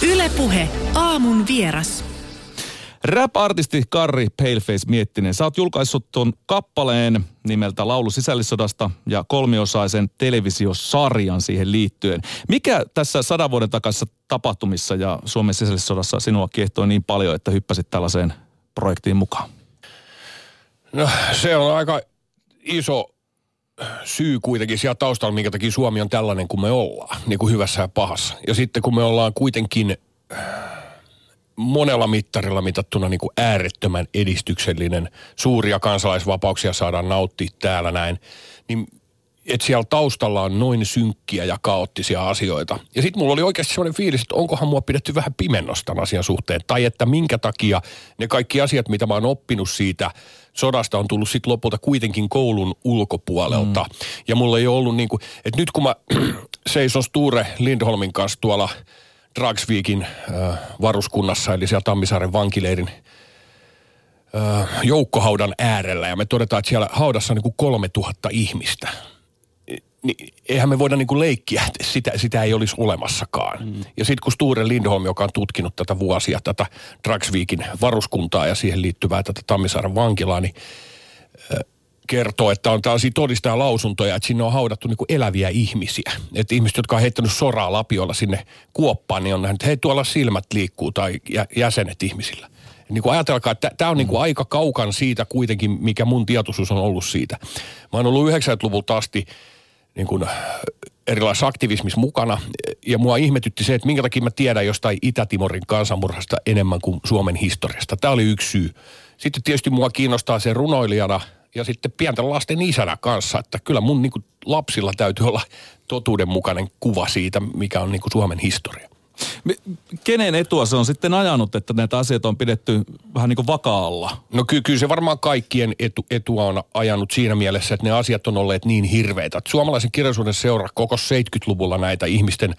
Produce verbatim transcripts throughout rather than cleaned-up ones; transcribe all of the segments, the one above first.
Yle Puhe, aamun vieras. Rap-artisti Karri Paleface Miettinen, sä oot julkaissut ton kappaleen nimeltä Laulu sisällissodasta ja kolmiosaisen televisiosarjan siihen liittyen. Mikä tässä sadan vuoden takaisessa tapahtumissa ja Suomen sisällissodassa sinua kiehtoi niin paljon, että hyppäsit tällaiseen projektiin mukaan? No se on aika iso syy kuitenkin siellä taustalla, minkä takia Suomi on tällainen kuin me ollaan, niin kuin hyvässä ja pahassa. Ja sitten kun me ollaan kuitenkin monella mittarilla mitattuna niin kuin äärettömän edistyksellinen, suuria kansalaisvapauksia saadaan nauttia täällä näin, niin että siellä taustalla on noin synkkiä ja kaoottisia asioita. Ja sitten mulla oli oikeasti sellainen fiilis, että onkohan mua pidetty vähän pimennossa tämän asian suhteen, tai että minkä takia ne kaikki asiat, mitä mä oon oppinut siitä sodasta, on tullut sitten lopulta kuitenkin koulun ulkopuolelta. Mm. Ja mulla ei ole ollut niin kuin, että nyt kun mä seison Sture Lindholmin kanssa tuolla Dragsvikin äh, varuskunnassa, eli siellä Tammisaaren vankileirin äh, joukkohaudan äärellä, ja me todetaan, että siellä haudassa on niin kuin kolme tuhatta ihmistä. Niin eihän me voida niin kuin leikkiä, että sitä, sitä ei olisi olemassakaan. Mm. Ja sitten kun Sture Lindholm, joka on tutkinut tätä vuosia, tätä Dragsvikin varuskuntaa ja siihen liittyvää tätä Tammisaaren vankilaa, niin äh, kertoo, että on tällaisia todistajalausuntoja, että sinne on haudattu niin kuin eläviä ihmisiä. Että ihmiset, jotka on heittänyt soraa lapiolla sinne kuoppaan, niin on nähnyt, että hei, tuolla silmät liikkuu tai jäsenet ihmisillä. Niin kuin ajatelkaa, että tämä on niin kuin aika kaukan siitä kuitenkin, mikä mun tietoisuus on ollut siitä. Mä oon ollut yhdeksänkymmentäluvulta asti niin kuin erilaisessa aktivismissa mukana, ja mua ihmetytti se, että minkä takia mä tiedän jostain Itä-Timorin kansanmurhasta enemmän kuin Suomen historiasta. Tämä oli yksi syy. Sitten tietysti mua kiinnostaa se runoilijana ja sitten pienten lasten isänä kanssa, että kyllä mun niin kuin lapsilla täytyy olla totuudenmukainen kuva siitä, mikä on niin kuin Suomen historia. Kenen etua se on sitten ajanut, että näitä asioita on pidetty vähän niin kuin vakaalla? No ky- kyllä se varmaan kaikkien etu, etua on ajanut siinä mielessä, että ne asiat on olleet niin hirveitä. Että suomalaisen kirjallisuuden seura koko seitsemänkymmentäluvulla näitä ihmisten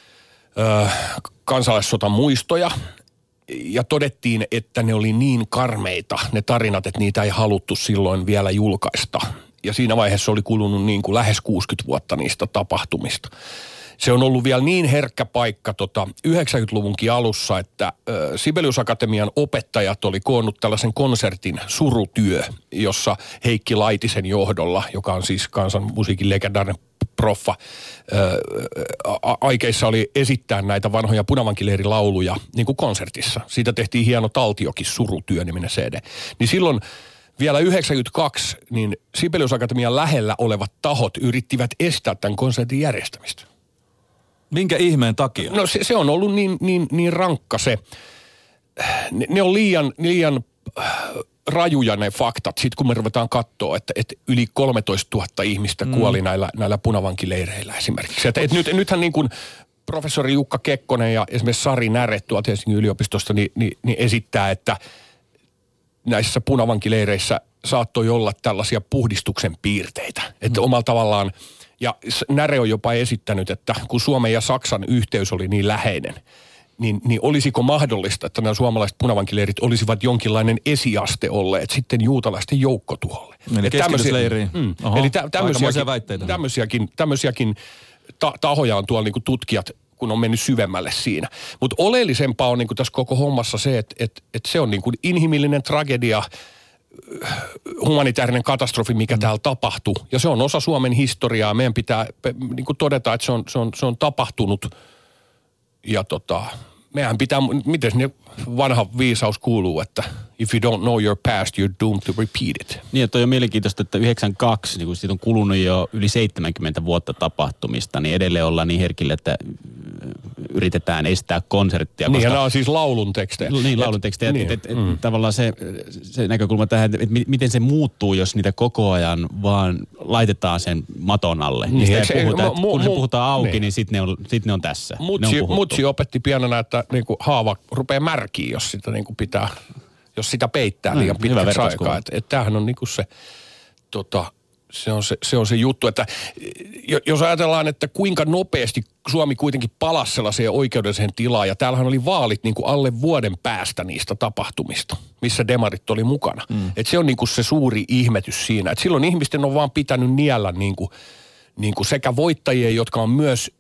ö, kansalaissotan muistoja. Ja todettiin, että ne oli niin karmeita, ne tarinat, että niitä ei haluttu silloin vielä julkaista. Ja siinä vaiheessa oli kulunut niin kuin lähes kuusikymmentä vuotta niistä tapahtumista. Se on ollut vielä niin herkkä paikka tota yhdeksänkymmentäluvunkin alussa, että ö, Sibelius Akatemian opettajat oli koonnut tällaisen konsertin Surutyö, jossa Heikki Laitisen johdolla, joka on siis kansanmusiikin legendaarinen proffa, ö, a- aikeissa oli esittää näitä vanhoja Punavankileirin lauluja niin kuin konsertissa. Siitä tehtiin hieno taltiokin, Surutyö-niminen C D. Niin silloin vielä yhdeksänkymmentäkaksi niin Sibelius Akatemian lähellä olevat tahot yrittivät estää tämän konsertin järjestämistä. Minkä ihmeen takia? No se, se on ollut niin, niin, niin rankka se. Ne, ne on liian, liian rajuja ne faktat. Sitten kun me ruvetaan katsoa, että, että yli kolmetoistatuhatta ihmistä mm. kuoli näillä, näillä punavankileireillä esimerkiksi. Että, että nyt, nythän niin kuin professori Jukka Kekkonen ja esimerkiksi Sari Näre tuolta Helsingin yliopistosta niin, niin, niin esittää, että näissä punavankileireissä saattoi olla tällaisia puhdistuksen piirteitä. Että mm. omalla tavallaan. Ja Näre on jopa esittänyt, että kun Suomen ja Saksan yhteys oli niin läheinen, niin, niin olisiko mahdollista, että nämä suomalaiset punavankileirit olisivat jonkinlainen esiaste olleet sitten juutalaisten joukkotuholle. Eli keskitysleiriin. Mm, Oho, eli tä, tämmöisiäkin, väitteitä. tämmöisiäkin, tämmöisiäkin ta, tahoja on tuolla niin kuin tutkijat, kun on mennyt syvemmälle siinä. Mutta oleellisempaa on niin kuin tässä koko hommassa se, että, että, että se on niin kuin inhimillinen tragedia, humanitaarinen katastrofi, mikä mm. täällä tapahtuu. Ja se on osa Suomen historiaa. Meidän pitää niin kuin todeta, että se on, se on, se on tapahtunut. Ja tota, meidän pitää, miten ne vanha viisaus kuuluu, että if you don't know your past, you're doomed to repeat it. Niin, että on jo mielenkiintoista, että yhdeksänkymmentäkaksi, niin kun siitä on kulunut jo yli seitsemänkymmentä vuotta tapahtumista, niin edelleen ollaan niin herkille, että yritetään estää konserttia. Niin, koska, ja nämä on siis laulun tekstejä. Niin, laulun tekstejä. Niin, et, et, mm. et, tavallaan se, se näkökulma tähän, että miten se muuttuu, jos niitä koko ajan vaan laitetaan sen maton alle. Niin, niin ei puhuta, mu, mu, kun se puhutaan auki, niin, niin sitten ne, sit ne on tässä. Mutsi, on mutsi opetti pienenä, että niinku haava rupeaa märkiä, jos sitä niinku pitää, jos sitä peittää liian mm, pitkäksi aikaa. Että et tämähän on niinku se, tota, se on se, se on se juttu, että jos ajatellaan, että kuinka nopeasti Suomi kuitenkin palasi sellaiseen oikeudelliseen tilaan, ja täällähän oli vaalit niin kuin alle vuoden päästä niistä tapahtumista, missä demarit oli mukana. Mm. Että se on niin kuin se suuri ihmetys siinä, että silloin ihmisten on vaan pitänyt niellä niin kuin, niin kuin sekä voittajien, jotka on myös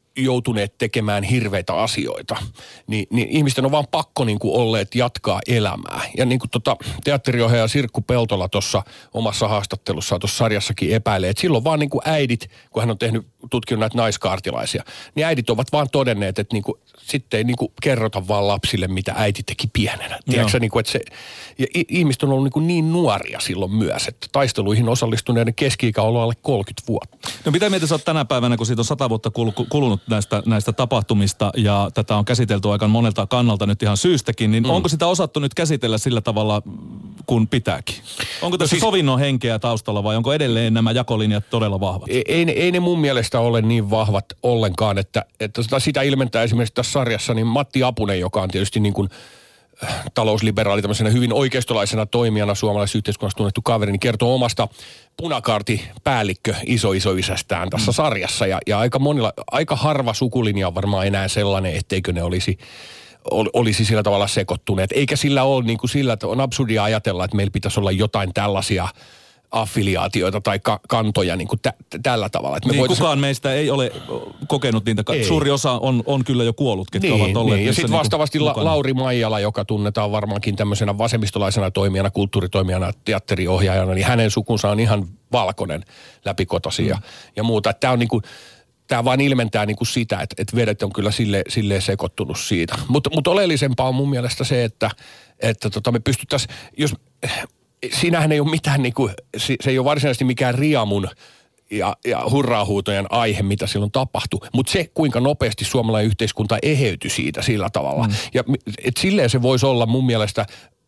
joutuneet tekemään hirveitä asioita, niin, niin ihmisten on vaan pakko niin kuin olleet jatkaa elämää. Ja niin kuin tota, teatteriohjaaja Sirkku Peltola tuossa omassa haastattelussaan tuossa sarjassakin epäilee, että silloin vaan niin kuin äidit, kun hän on tehnyt, tutkinut näitä naiskaartilaisia, niin äidit ovat vaan todenneet, että niin kuin, sitten ei niin kuin kerrota vaan lapsille, mitä äiti teki pienenä. Tiedätkö, niin kuin, että se, ja ihmiset on ollut niin, kuin niin nuoria silloin myös, että taisteluihin osallistuneiden keski-ikä on ollut alle kolmekymmentä vuotta. No mitä mieltä sä oot tänä päivänä, kun siitä on sata vuotta kulunut näistä, näistä tapahtumista ja tätä on käsitelty aika monelta kannalta nyt ihan syystäkin, niin mm. onko sitä osattu nyt käsitellä sillä tavalla, kun pitääkin? Onko tässä no siis, sovinnon henkeä taustalla vai onko edelleen nämä jakolinjat todella vahvat? Ei, ei, ei ne mun mielestä ole niin vahvat ollenkaan, että, että sitä ilmentää esimerkiksi tässä sarjassa niin Matti Apunen, joka on tietysti niin kuin talousliberaali tämmöisenä hyvin oikeistolaisena toimijana suomalaisessa yhteiskunnassa tunnettu kaveri, niin kertoo omasta punakaartipäällikkö isoisoisästään tässä mm. sarjassa. Ja, ja aika monilla, aika harva sukulinja on varmaan enää sellainen, etteikö ne olisi, ol, olisi sillä tavalla sekoittuneet. Eikä sillä ole niin kuin sillä, että on absurdia ajatella, että meillä pitäisi olla jotain tällaisia affiliaatioita tai ka- kantoja niin kuin tä- tällä tavalla. Että me niin voitaisiin... kukaan meistä ei ole kokenut niitä. Ei. Suuri osa on, on kyllä jo kuollut, ketkä niin, ovat olleet. Niin. Ja sitten vastaavasti niin La- Lauri Maijala, joka tunnetaan varmaankin tämmöisenä vasemmistolaisena toimijana, kulttuuritoimijana, teatteriohjaajana, niin hänen sukunsa on ihan valkoinen läpikotaisia mm. ja, ja muuta. Tämä on niin kuin... Tämä vaan ilmentää niin kuin sitä, että, että vedet on kyllä sille, silleen sekoittunut siitä. Mutta mut oleellisempaa on mun mielestä se, että, että tota me pystyttäisiin, jos... Siinähän ei ole mitään, niin kuin, se ei ole varsinaisesti mikään riamun ja, ja hurraahuutojen aihe, mitä silloin tapahtui. Mutta se, kuinka nopeasti suomalainen yhteiskunta eheytyi siitä sillä tavalla. Mm. Ja et silleen se voisi olla mun mielestä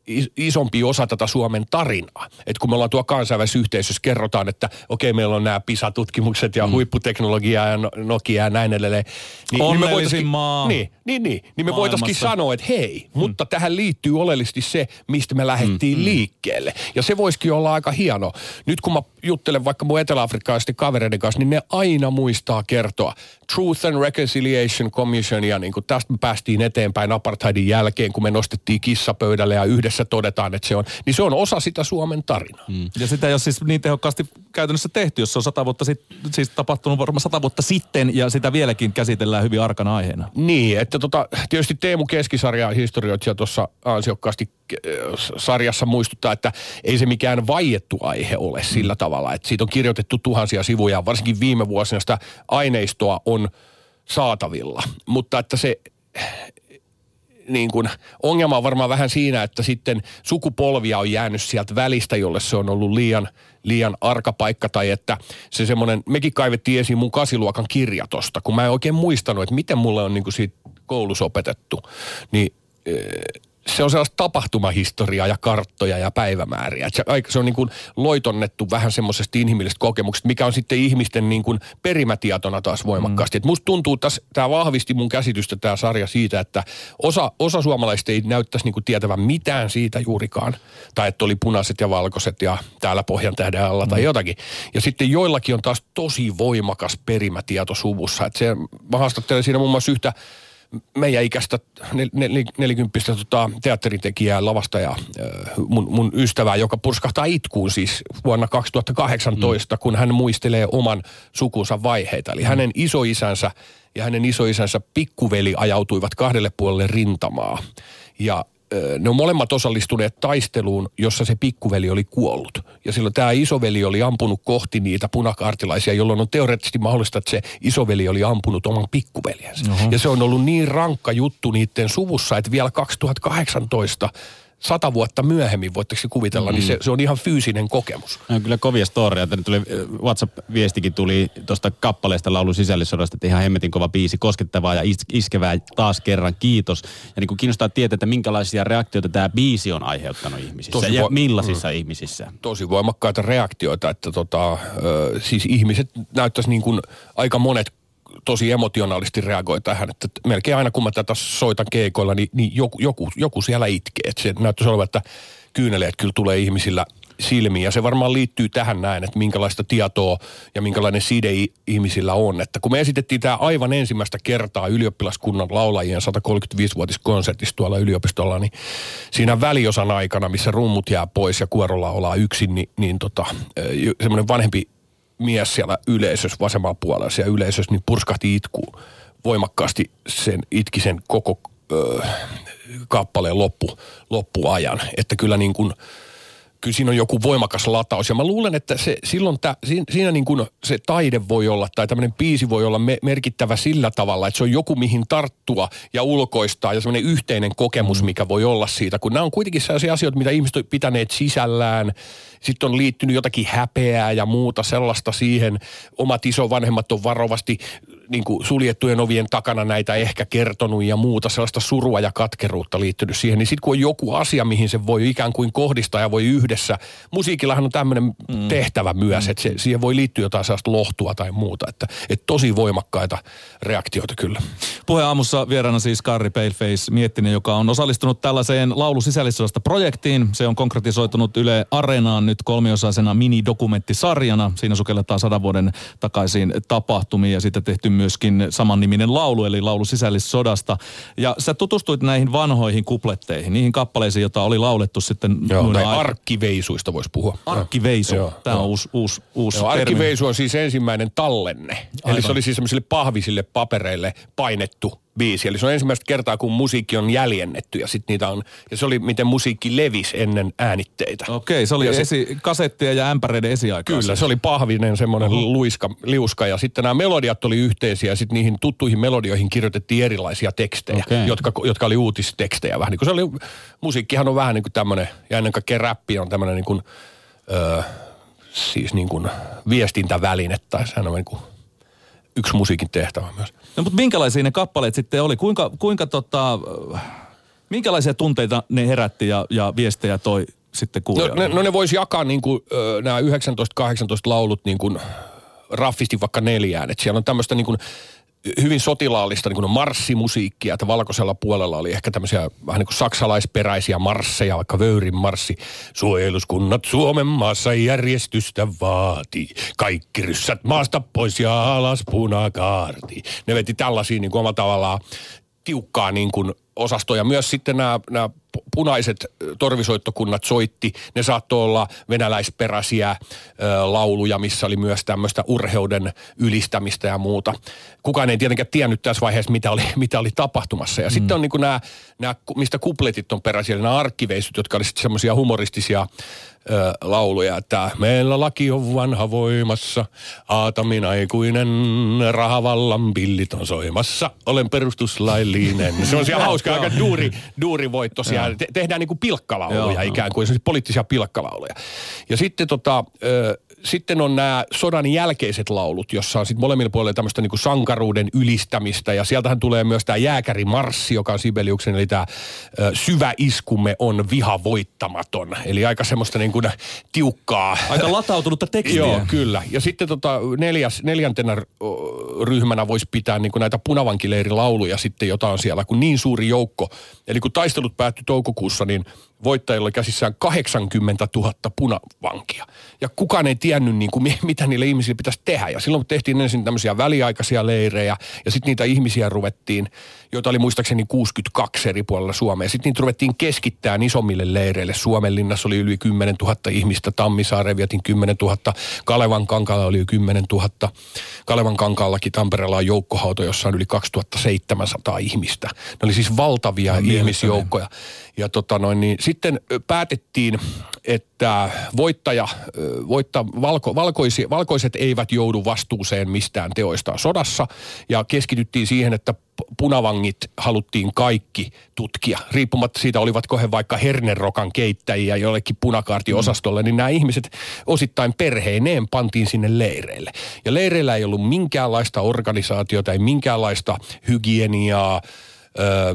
isompi osa tätä Suomen tarinaa. Että kun me ollaan tuo kansainvälisessä yhteisössä, kerrotaan, että okei, meillä on nämä PISA-tutkimukset ja mm. huipputeknologiaa ja Nokia ja näin edelleen. Niin, Onnellisin niin maa. Niin, niin, niin. Niin me voitaisiin sanoa, että hei, mm. mutta tähän liittyy oleellisesti se, mistä me lähdettiin mm. liikkeelle. Ja se voisikin olla aika hieno. Nyt kun mä juttelen vaikka mun etelä-afrikkalaisten kavereiden kanssa, niin ne aina muistaa kertoa Truth and Reconciliation Commission, ja niin kuin tästä me päästiin eteenpäin apartheidin jälkeen, kun me nostettiin kissa pöydälle ja yhdessä todetaan, että se on, niin se on osa sitä Suomen tarinaa. Mm. Ja sitä ei ole siis niin tehokkaasti käytännössä tehty, jos se on sata vuotta sitten, siis tapahtunut varmaan sata vuotta sitten, ja sitä vieläkin käsitellään hyvin arkana aiheena. Niin, että tota, tietysti Teemu Keskisarja historioitsija tuossa ansiokkaasti sarjassa muistuttaa, että ei se mikään vaiettu aihe ole sillä tavalla, että siitä on kirjoitettu tuhansia sivuja, varsinkin viime vuosina sitä aineistoa on saatavilla, mutta että se niin kuin, ongelma on varmaan vähän siinä, että sitten sukupolvia on jäänyt sieltä välistä, jolle se on ollut liian, liian arka paikka, tai että se semmoinen, mekin kaivettiin esiin mun kasiluokan kirja tosta, kun mä en oikein muistanut, että miten mulle on niin kuin siitä koulussa opetettu, niin se on sellaista tapahtumahistoriaa ja karttoja ja päivämääriä. Se, se on niin kuin loitonnettu vähän semmoisesta inhimillisestä kokemuksesta, mikä on sitten ihmisten niin kuin perimätietona taas voimakkaasti. Mm. Musta tuntuu, että tämä vahvisti mun käsitystä tämä sarja siitä, että osa, osa suomalaisista ei näyttäisi niin kuin tietävän mitään siitä juurikaan. Tai että oli punaiset ja valkoiset ja täällä Pohjan tähden alla mm. tai jotakin. Ja sitten joillakin on taas tosi voimakas perimätieto suvussa. Että se, mä haastattelen siinä muun muassa yhtä meidän ikäistä nel, nel, nelikymppistä tota, teatteritekijää, lavastajaa, mun, mun ystävää, joka purskahtaa itkuun siis vuonna kaksituhattakahdeksantoista, mm. kun hän muistelee oman sukunsa vaiheita. Eli mm. hänen isoisänsä ja hänen isoisänsä pikkuveli ajautuivat kahdelle puolelle rintamaa. Ja ne on molemmat osallistuneet taisteluun, jossa se pikkuveli oli kuollut. Ja silloin tämä isoveli oli ampunut kohti niitä punakaartilaisia, jolloin on teoreettisesti mahdollista, että se isoveli oli ampunut oman pikkuveljensä. Uh-huh. Ja se on ollut niin rankka juttu niiden suvussa, että vielä kaksituhattakahdeksantoista sata vuotta myöhemmin, voitteko kuvitella, mm. niin se, se on ihan fyysinen kokemus. No, kyllä kovia storia. Tänne tuli, WhatsApp-viestikin tuli tuosta kappaleesta laulun sisällissodasta, että ihan hemmetin kova biisi, koskettavaa ja is- iskevää taas kerran, kiitos. Ja niin kuin kiinnostaa tietää, että minkälaisia reaktioita tämä biisi on aiheuttanut ihmisissä tosi ja vo- millaisissa mm. ihmisissä. Tosi voimakkaita reaktioita, että tota, ö, siis ihmiset näyttäisi niin kuin aika monet tosi emotionaalisesti reagoi tähän, että melkein aina kun mä tätä soitan keikoilla, niin, niin joku, joku, joku siellä itkee. Että se näyttäisi olevan, että kyyneleet kyllä tulee ihmisillä silmiin. Ja se varmaan liittyy tähän näin, että minkälaista tietoa ja minkälainen side ihmisillä on. Että kun me esitettiin tämä aivan ensimmäistä kertaa ylioppilaskunnan laulajien sata kolmekymmentäviisi-vuotiskonsertissa tuolla yliopistolla, niin siinä väliosan aikana, missä rummut jää pois ja kuorolla ollaan yksin, niin, niin tota, semmoinen vanhempi mies siellä yleisössä, vasemmalla puolella siellä yleisössä, niin purskahti itkuun voimakkaasti sen, itki sen koko ö, kappaleen loppu, loppuajan. Että kyllä niin kuin, kyllä siinä on joku voimakas lataus. Ja mä luulen, että se, silloin tä, siinä niin kuin se taide voi olla, tai tämmöinen biisi voi olla me, merkittävä sillä tavalla, että se on joku mihin tarttua ja ulkoistaa, ja semmoinen yhteinen kokemus, mikä voi olla siitä. Kun nämä on kuitenkin sellaisia asioita, mitä ihmiset on pitäneet sisällään, sitten on liittynyt jotakin häpeää ja muuta sellaista siihen. Omat isovanhemmat on varovasti niin kuin suljettujen ovien takana näitä ehkä kertonut ja muuta, sellaista surua ja katkeruutta liittynyt siihen. Niin sitten kun on joku asia, mihin se voi ikään kuin kohdistaa ja voi yhdessä. Musiikillahan on tämmöinen mm. tehtävä myös, mm. että se, siihen voi liittyä jotain sellaista lohtua tai muuta. Että, että tosi voimakkaita reaktioita kyllä. Puheen aamussa vieraana siis Karri Paleface Miettinen, joka on osallistunut tällaiseen laulu sisällissodasta projektiin. Se on konkretisoitunut Yle Areenaan nyt kolmiosaisena minidokumenttisarjana. Siinä sukelletaan sadan vuoden takaisin tapahtumiin ja sitten tehty myöskin samanniminen laulu, eli laulu sisällissodasta. Ja sä tutustuit näihin vanhoihin kupletteihin, niihin kappaleisiin, joita oli laulettu sitten. Joo, tai arkkiveisuista voisi puhua. Arkkiveisu, joo, tämä on uusi, uusi, uusi joo, arkkiveisu on siis ensimmäinen tallenne. Aivan. Eli se oli siis semmoisille pahvisille papereille painettu biisi. Eli se on ensimmäistä kertaa, kun musiikki on jäljennetty ja sitten niitä on, ja se oli miten musiikki levisi ennen äänitteitä. Okei, se oli ja esi, se, kasettia ja ämpäreiden esiaikaa. Kyllä, se oli pahvinen semmoinen uh-huh. luiska, liuska ja sitten nämä melodiat oli yhteisiä ja sitten niihin tuttuihin melodioihin kirjoitettiin erilaisia tekstejä, okay. jotka, jotka oli uutistekstejä vähän. Niin kuin se oli, musiikkihan on vähän niin kuin tämmöinen, ja ennen kaikkea räppi on tämmöinen niin kuin, öö, siis niin kuin viestintäväline tai sehän on niin kuin yksi musiikin tehtävä myös. No mutta minkälaisia ne kappaleet sitten oli? Kuinka, kuinka tota, minkälaisia tunteita ne herätti ja, ja viestejä toi sitten kuulijoille? No ne, no ne voisi jakaa niin kuin nämä yhdeksäntoista kahdeksantoista laulut niin kuin raffisti vaikka neljään. Että siellä on tämmöistä niin kuin hyvin sotilaallista niin kuin marssimusiikkia, että valkoisella puolella oli ehkä tämmöisiä vähän niin kuin saksalaisperäisiä marsseja, vaikka Vöyrin marssi. Suojeluskunnat Suomen maassa järjestystä vaati, kaikki ryssät maasta pois ja alas punakaarti. Ne veti tällaisia niin kuin omalla tavallaan tiukkaa niin kuin osastoja. Myös sitten nämä, nämä punaiset torvisoittokunnat soitti. Ne saattoi olla venäläisperäisiä ö, lauluja, missä oli myös tämmöistä urheuden ylistämistä ja muuta. Kukaan ei tietenkään tiennyt tässä vaiheessa, mitä oli, mitä oli tapahtumassa. Ja mm. sitten on niin kuin nämä, nämä, mistä kupletit on peräisiä, nämä arkkiveisut, jotka oli sitten semmoisia humoristisia ö, lauluja, että meillä laki on vanha voimassa, aatamin aikuinen, rahavallan pillit on soimassa, olen perustuslaillinen. Se on siellä hauskaa, aika duuri, duurivoittoisia. Te- tehdään niin kuin pilkkalauluja Joo, ikään kuin, no. poliittisia pilkkalauluja. Ja sitten tota, ö, sitten on nämä sodan jälkeiset laulut, jossa on sitten molemmilla puolilla tämmöistä niin kuin sankaruuden ylistämistä. Ja sieltähän tulee myös tämä jääkärimarssi, joka on Sibeliuksen, eli tämä ö, syvä iskumme on viha voittamaton. Eli aika semmoista niin kuin tiukkaa. Aika latautunutta tekstiä. Joo, kyllä. Ja sitten tota neljäs, neljäntenä ryhmänä voisi pitää niin kuin näitä punavankileirilauluja sitten, jota on siellä, kun niin suuri joukko. Eli kun taistelut päättyi toukokuussa, niin voittajilla oli käsissään kahdeksankymmentätuhatta punavankia. Ja kukaan ei tiennyt, niin kuin, mitä niille ihmisille pitäisi tehdä. Ja silloin tehtiin ensin tämmöisiä väliaikaisia leirejä, ja sitten niitä ihmisiä ruvettiin, joita oli muistaakseni kuusikymmentäkaksi eri puolella Suomea. Sitten niitä ruvettiin keskittämään isommille leireille. Suomenlinnassa oli yli kymmenen tuhatta ihmistä, Tammisaareen vietin kymmenen tuhatta, Kalevan kankaalla oli yli kymmenen tuhatta. Kalevan kankaallakin Tampereella on joukkohauto, jossa on yli kaksituhattaseitsemänsataa ihmistä. Ne oli siis valtavia no, ihmisjoukkoja. Ja tota noin, niin sitten päätettiin, että voittaja, voitta, valko, valkoisi, valkoiset eivät joudu vastuuseen mistään teoistaan sodassa. Ja keskityttiin siihen, että punavangit haluttiin kaikki tutkia. Riippumatta siitä, olivatko he vaikka hernerokan keittäjiä jollekin punakaartiosastolle, mm. niin nämä ihmiset osittain perheineen pantiin sinne leireille. Ja leireillä ei ollut minkäänlaista organisaatiota, ei minkäänlaista hygieniaa. Öö,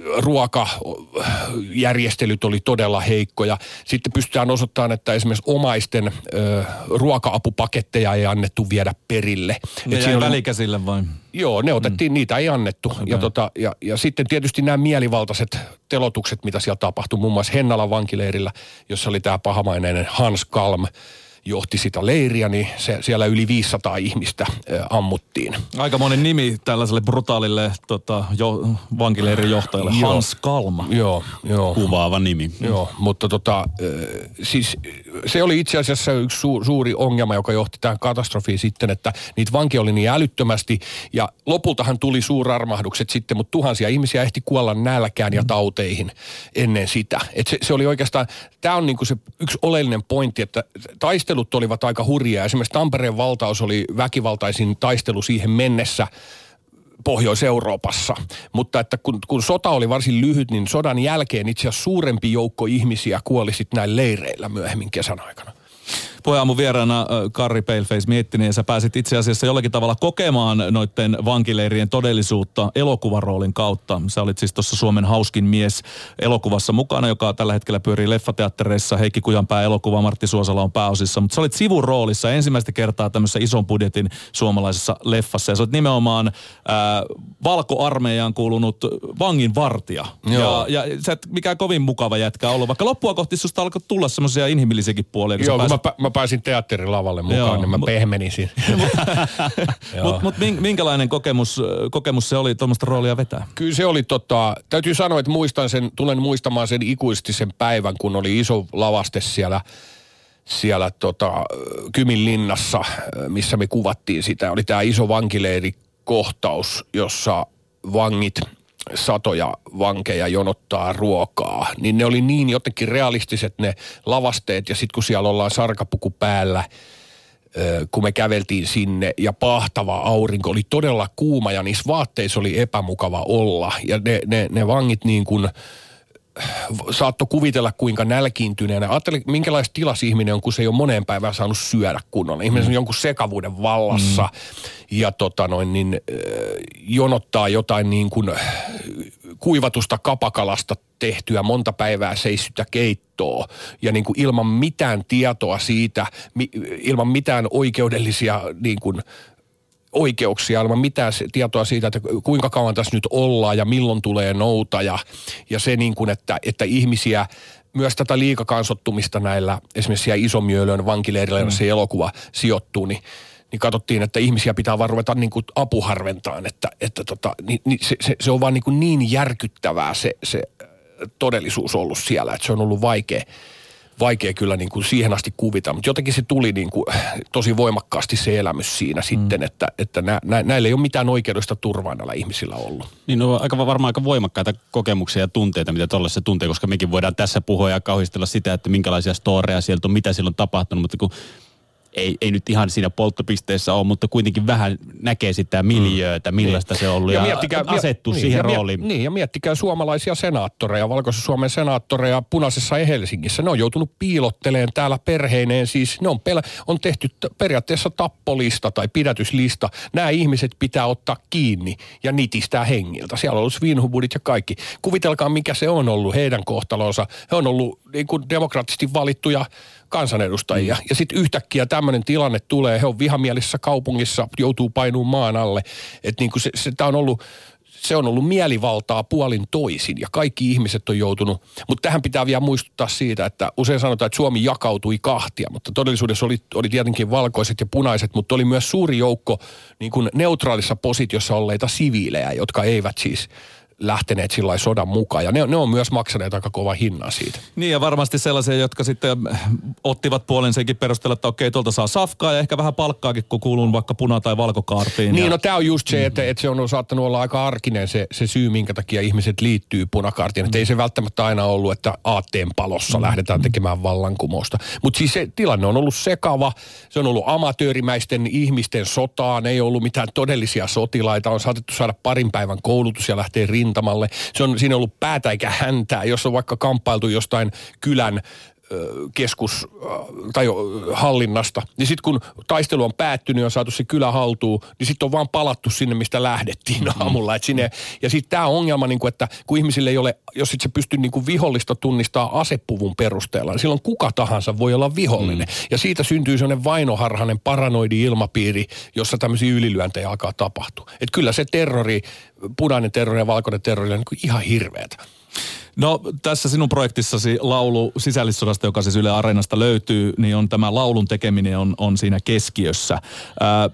ruokajärjestelyt oli todella heikkoja. Sitten pystytään osoittamaan, että esimerkiksi omaisten öö, ruoka-apupaketteja ei annettu viedä perille. Ne jäi välikäsille vai? Joo, ne otettiin, mm. niitä ei annettu. Okay. Ja, tota, ja, ja sitten tietysti nämä mielivaltaiset telotukset, mitä siellä tapahtui, muun muassa Hennalan vankileirillä, jossa oli tämä pahamaineinen Hans Kalm, johti sitä leiriä, niin se, siellä yli viisisataa ihmistä ä, ammuttiin. Aika monen nimi tällaiselle brutaalille tota, jo, vankileirin johtajalle, Joo. Hans Kalma. Joo, joo. Kuvaava nimi. Joo, mutta tota, siis se oli itse asiassa yksi su- suuri ongelma, joka johti tähän katastrofiin sitten, että niitä vankia oli niin älyttömästi ja lopultahan tuli suurarmahdukset sitten, mutta tuhansia ihmisiä ehti kuolla nälkään ja tauteihin ennen sitä. Et se, se oli oikeastaan, tämä on niinku se yksi oleellinen pointti, että taistelut olivat aika hurjia. Esimerkiksi Tampereen valtaus oli väkivaltaisin taistelu siihen mennessä Pohjois-Euroopassa, mutta että kun, kun sota oli varsin lyhyt, niin sodan jälkeen itse asiassa suurempi joukko ihmisiä kuoli sitten näin leireillä myöhemmin kesän aikana. Puheenaamun vieraana Karri Paleface Miettinen, ja sä pääsit itse asiassa jollakin tavalla kokemaan noiden vankileirien todellisuutta elokuvaroolin kautta. Sä olit siis tuossa Suomen hauskin mies -elokuvassa mukana, joka tällä hetkellä pyörii leffateattereissa. Heikki Kujanpää elokuva, Martti Suosala on pääosissa, mutta sä olit sivuroolissa ensimmäistä kertaa tämmöisessä ison budjetin suomalaisessa leffassa. Ja sä olit nimenomaan ää, valkoarmeijaan kuulunut vanginvartija. Ja, ja sä et mikään kovin mukava jätkä ollut, vaikka loppua kohti susta alkoi tulla semmoisia inhimillisiäkin puolia. Joo, pääsit... mä, mä pääsin teatterilavalle mukaan, Joo, niin mä mut, pehmenin siinä. Mutta mut minkälainen kokemus, kokemus se oli tuommoista roolia vetää? Kyllä se oli tota, täytyy sanoa, että muistan sen, tulen muistamaan sen ikuisesti sen päivän, kun oli iso lavaste siellä, siellä tota, Kyminlinnassa, missä me kuvattiin sitä. Oli tämä iso vankileirikohtaus, jossa vangit, satoja vankeja jonottaa ruokaa, niin ne oli niin jotenkin realistiset ne lavasteet, ja sitten kun siellä ollaan sarkapuku päällä, kun me käveltiin sinne, ja pahtava aurinko, oli todella kuuma, ja niissä vaatteissa oli epämukava olla, ja ne, ne, ne vangit niin kuin saattoi kuvitella, kuinka nälkiintyneenä. Ajattelin, minkälaista tilassa ihminen on, kun se ei ole moneen päivään saanut syödä kunnolla. Ihminen on jonkun sekavuuden vallassa mm. ja tota noin, niin, äh, jonottaa jotain niin kuin kuivatusta kapakalasta tehtyä monta päivää seissyttä keittoa ja niin kuin ilman mitään tietoa siitä, mi, ilman mitään oikeudellisia niin kuin oikeuksia, ilman mitään tietoa siitä, että kuinka kauan tässä nyt ollaan ja milloin tulee nouta ja, ja se niin kuin, että, että ihmisiä, myös tätä liikakansottumista näillä, esimerkiksi siellä Isomiölön vankileirillä, jossa se elokuva sijoittuu, niin, niin katsottiin, että ihmisiä pitää vaan ruveta niin kuin apuharventaan, että, että tota, niin, niin se, se, se on vaan niin, kuin niin järkyttävää se, se todellisuus ollut siellä, että se on ollut vaikea. Vaikea kyllä niin kuin siihen asti kuvita, mutta jotenkin se tuli niin kuin tosi voimakkaasti se elämys siinä mm. sitten, että, että nä, nä, näillä ei ole mitään oikeudesta turvaa näillä ihmisillä ollut. Niin on aika, varmaan aika voimakkaita kokemuksia ja tunteita, mitä tuollaisessa tuntee, koska mekin voidaan tässä puhua ja kauhistella sitä, että minkälaisia storeja sieltä on, mitä siellä on tapahtunut, mutta kun ei, ei nyt ihan siinä polttopisteessä ole, mutta kuitenkin vähän näkee sitä miljöötä, millaista niin. se on ollut ja, ja miettikää, asettuu niin, siihen ja rooliin. Niin, ja miettikää suomalaisia senaattoreja, Valkoisen Suomen senaattoreja punaisessa Helsingissä. Ne on joutunut piilotteleen täällä perheineen, siis ne on, pel- on tehty t- periaatteessa tappolista tai pidätyslista. Nämä ihmiset pitää ottaa kiinni ja nitistää hengiltä. Siellä on ollut svinhubudit ja kaikki. Kuvitelkaa, mikä se on ollut heidän kohtalonsa. He on ollut niin kuin demokraattisesti valittuja kansanedustajia. Mm. Ja sitten yhtäkkiä tämmöinen tilanne tulee, he on vihamielissä kaupungissa, joutuu painumaan maan alle. Että niin kuin se, se, on ollut, se on ollut mielivaltaa puolin toisin ja kaikki ihmiset on joutunut. Mutta tähän pitää vielä muistuttaa siitä, että usein sanotaan, että Suomi jakautui kahtia, mutta todellisuudessa oli, oli tietenkin valkoiset ja punaiset, mutta oli myös suuri joukko niin kuin neutraalissa positiossa olleita siviilejä, jotka eivät siis lähteneet sillä sodan mukaan. Ja ne, ne on myös maksaneet aika kova hinnan siitä. Niin ja varmasti sellaisia, jotka sitten ottivat puolen senkin perusteella, että okei, tuolta saa safkaa ja ehkä vähän palkkaakin, kun kuuluu vaikka puna- tai valkokaartiin. Niin, ja... no tämä on just se, että, että se on saattanut olla aika arkinen se, se syy, minkä takia ihmiset liittyy punakaartiin. Että ei se välttämättä aina ollut, että aatteen palossa lähdetään tekemään vallankumousta. Mutta siis se tilanne on ollut sekava, se on ollut amatöörimäisten ihmisten sotaan, ei ollut mitään todellisia sotilaita, on saatettu saada parin päivän koulutus ja lähteä rintaan. Se on siinä ollut päätä eikä häntää, jos on vaikka kamppailtu jostain kylän keskus tai hallinnasta. Niin sitten kun taistelu on päättynyt ja on saatu se kylä haltuun, niin sitten on vaan palattu sinne, mistä lähdettiin mm-hmm. aamulla. Et sinne, ja sitten tämä ongelma, niin kun, että kun ihmisille ei ole, jos et sä pysty niin kun vihollista tunnistaa asepuvun perusteella, niin silloin kuka tahansa voi olla vihollinen. Mm. Ja siitä syntyy sellainen vainoharhainen paranoidi ilmapiiri, jossa tämmöisiä ylilyöntejä alkaa tapahtua. Että kyllä se terrori, punainen terrori ja valkoinen terrori on niin ihan hirveätä. No tässä sinun projektissasi laulu Sisällissodasta, joka siis Yle Areenasta löytyy, niin on tämä laulun tekeminen on, on siinä keskiössä. Ää,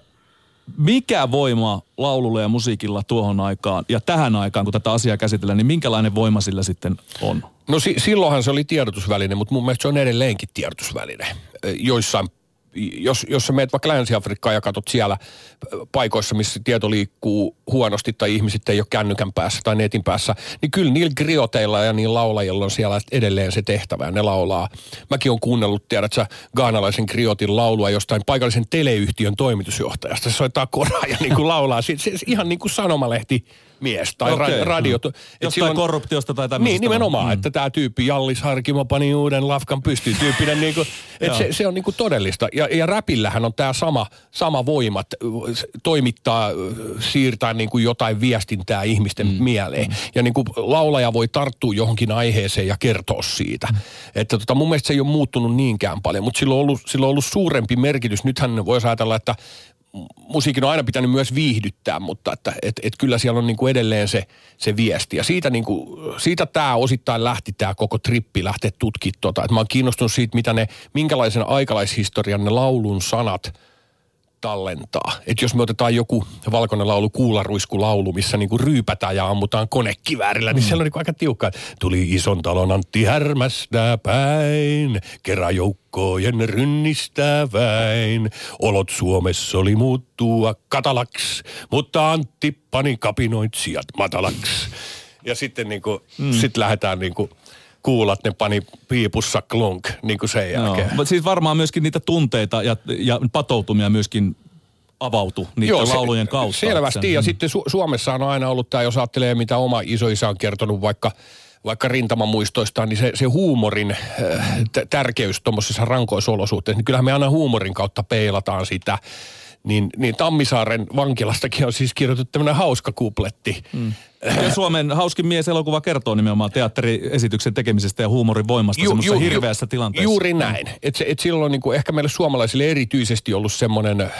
mikä voima laululla ja musiikilla tuohon aikaan ja tähän aikaan, kun tätä asiaa käsitellään, niin minkälainen voima sillä sitten on? No si- silloinhan se oli tiedotusväline, mutta mun mielestä se on edelleenkin tiedotusväline. Joissain, jos, jos sä meet vaikka Länsi-Afrikkaan ja katsot siellä paikoissa, missä tieto liikkuu huonosti tai ihmiset ei ole kännykän päässä tai netin päässä, niin kyllä niillä grioteilla ja niillä laulajilla on siellä edelleen se tehtävä ja ne laulaa. Mäkin olen kuunnellut, tiedätkö, ghanalaisen griotin laulua jostain paikallisen teleyhtiön toimitusjohtajasta. Se soittaa koraa ja niin kuin laulaa. Se, se, ihan niin kuin sanomalehti mies tai okay. ra- radio. Mm. Jostain silloin, korruptiosta tai tämmöisestä. Niin, nimenomaan, mm. että tämä tyyppi Jallis Harkimo pani uuden lafkan pystyyn tyyppinen, niin kuin, että se, se on niin kuin todellista. Ja, ja räpillähän on tämä sama, sama voimat toimittaa, siirtää niin kuin jotain viestintää ihmisten mm. mieleen. Mm. Ja niin kuin laulaja voi tarttua johonkin aiheeseen ja kertoa siitä. Mm. Että tota, mun mielestä se ei ole muuttunut niinkään paljon, mutta sillä on ollut, sillä on ollut suurempi merkitys. Nythän voisi ajatella, että musiikin on aina pitänyt myös viihdyttää, mutta että et, et kyllä siellä on niinku edelleen se, se viesti. Ja siitä, niinku, siitä tämä osittain lähti, tämä koko trippi lähteä tutkimaan tota. Että mä oon kiinnostunut siitä, mitä ne, minkälaisen aikalaishistorian ne laulun sanat tallentaa. Että jos me otetaan joku valkoinen laulu, kuularuiskulaulu, missä niinku ryypätään ja ammutaan konekiväärillä, niin mm. siellä on niinku aika tiukkaa. Tuli ison talon Antti härmästä päin, keräjoukkojen rynnistä väin. Olot Suomessa oli muuttua katalaks, mutta Antti pani kapinoitsijat matalaks. Ja sitten niinku, mm. sit lähdetään niinku kuulat, ne pani piipussa klunk, niin kuin sen jälkeen. No, siis varmaan myöskin niitä tunteita ja, ja patoutumia myöskin avautui niiden Joo, laulujen se, kautta. Selvästi, ja mm. sitten Su- Suomessa on aina ollut tämä, jos ajattelee, mitä oma isoisä on kertonut vaikka, vaikka rintamamuistoistaan, niin se, se huumorin äh, t- tärkeys tuommoisissa rankoissa olosuhteissa, niin kyllähän me aina huumorin kautta peilataan sitä. Niin, niin Tammisaaren vankilastakin on siis kirjoitettu tämmöinen hauska kupletti. Mm. Ja Suomen hauskin mies -elokuva kertoo nimenomaan teatteriesityksen tekemisestä ja huumorin voimasta ju, semmoisessa ju, hirveässä tilanteessa. Juuri näin. Että et silloin on niinku ehkä meille suomalaisille erityisesti ollut semmoinen ö,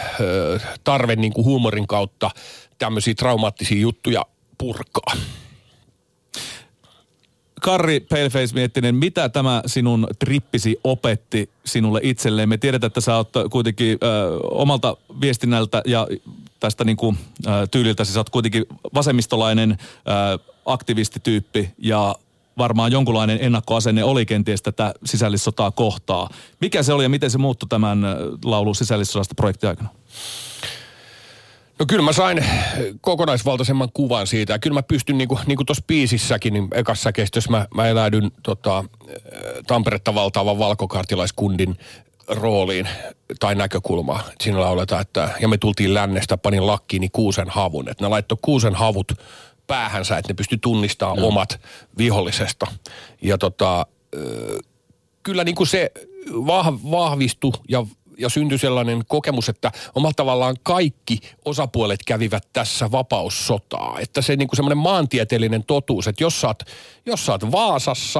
tarve niinku huumorin kautta tämmöisiä traumaattisia juttuja purkaa. Karri Paleface Miettinen, mitä tämä sinun trippisi opetti sinulle itselleen? Me tiedetään, että sä oot kuitenkin ö, omalta viestinnältä ja tästä niinku, ö, tyyliltäsi sä oot kuitenkin vasemmistolainen ö, aktivistityyppi ja varmaan jonkunlainen ennakkoasenne oli kenties tätä sisällissotaa kohtaa. Mikä se oli ja miten se muuttui tämän laulu sisällissodasta projektin aikana? No kyllä mä sain kokonaisvaltaisemman kuvan siitä. Ja kyllä mä pystyn, niin kuin, niin kuin tuossa biisissäkin, niin ekassa kestössä mä, mä eläydyn tota, Tamperetta valtaavan valkokartilaискundin rooliin tai näkökulmaan. Siinä lauletaan, että ja me tultiin lännestä, panin lakkiini kuusen havun. Että ne laittoi kuusen havut päähänsä, että ne pystyi tunnistamaan no. omat vihollisesta. Ja tota, kyllä niin kuin se vahvistui ja Ja syntyi sellainen kokemus, että omalla tavallaan kaikki osapuolet kävivät tässä vapaussotaa. Että se niin kuin semmoinen maantieteellinen totuus, että jos sä oot, jos sä oot Vaasassa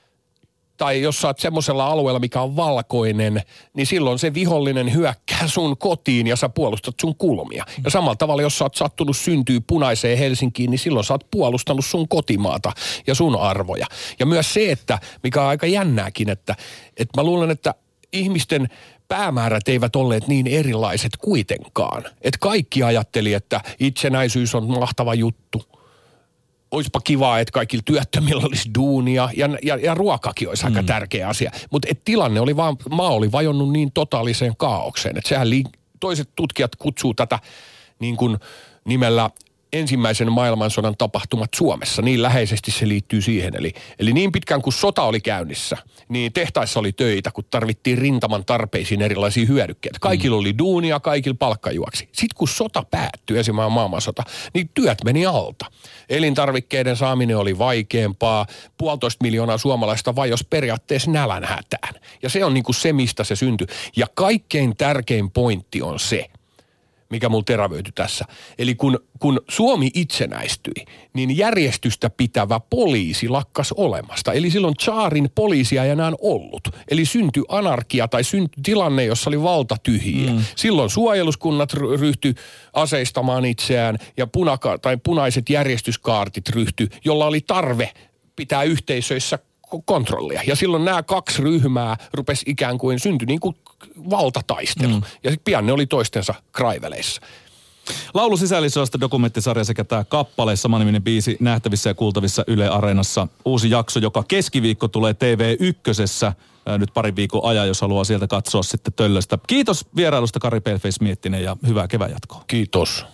tai jos sä oot semmoisella alueella, mikä on valkoinen, niin silloin se vihollinen hyökkää sun kotiin ja sä puolustat sun kulmia. Ja samalla tavalla, jos sä oot sattunut syntyä punaiseen Helsinkiin, niin silloin sä oot puolustanut sun kotimaata ja sun arvoja. Ja myös se, että mikä on aika jännääkin, että, että mä luulen, että ihmisten päämäärät eivät olleet niin erilaiset kuitenkaan. Että kaikki ajatteli, että itsenäisyys on mahtava juttu. Oispa kivaa, että kaikilla työttömillä olisi duunia ja, ja, ja ruokakin olisi mm. aika tärkeä asia. Mutta tilanne oli vaan, maa oli vajonnut niin totaaliseen kaaukseen. Että sehän li, toiset tutkijat kutsuu tätä niin kuin nimellä ensimmäisen maailmansodan tapahtumat Suomessa. Niin läheisesti se liittyy siihen. Eli, eli niin pitkään kuin sota oli käynnissä, niin tehtaissa oli töitä, kun tarvittiin rintaman tarpeisiin erilaisia hyödykkeitä. Kaikilla oli duunia, kaikilla palkkajuoksi. Sitten kun sota päättyi, ensimmäinen maailmansota, niin työt meni alta. Elintarvikkeiden saaminen oli vaikeampaa. Puolitoista miljoonaa suomalaista vajosi periaatteessa nälänhätään. Ja se on niin kuin se, mistä se syntyi. Ja kaikkein tärkein pointti on se, mikä mulla terävöityi tässä. Eli kun, kun Suomi itsenäistyi, niin järjestystä pitävä poliisi lakkas olemasta. Eli silloin tsaarin poliisia ei enää ollut. Eli syntyi anarkia tai syntyi tilanne, jossa oli valta tyhjiä. Mm. Silloin suojeluskunnat ryhtyi aseistamaan itseään ja punaka- tai punaiset järjestyskaartit ryhtyi, jolla oli tarve pitää yhteisöissä kontrollia. Ja silloin nämä kaksi ryhmää rupesi ikään kuin syntyi niin kuin valtataistelu. Mm. Ja pian ne oli toistensa kraiveleissa. Laulu sisällissodasta dokumenttisarja sekä tämä kappale, samaniminen biisi nähtävissä ja kuultavissa Yle Areenassa. Uusi jakso, joka keskiviikko tulee T V ykkösessä nyt parin viikon ajan, jos haluaa sieltä katsoa sitten Töllöstä. Kiitos vierailusta Kari Paleface Miettinen ja hyvää keväänjatkoa. Kiitos.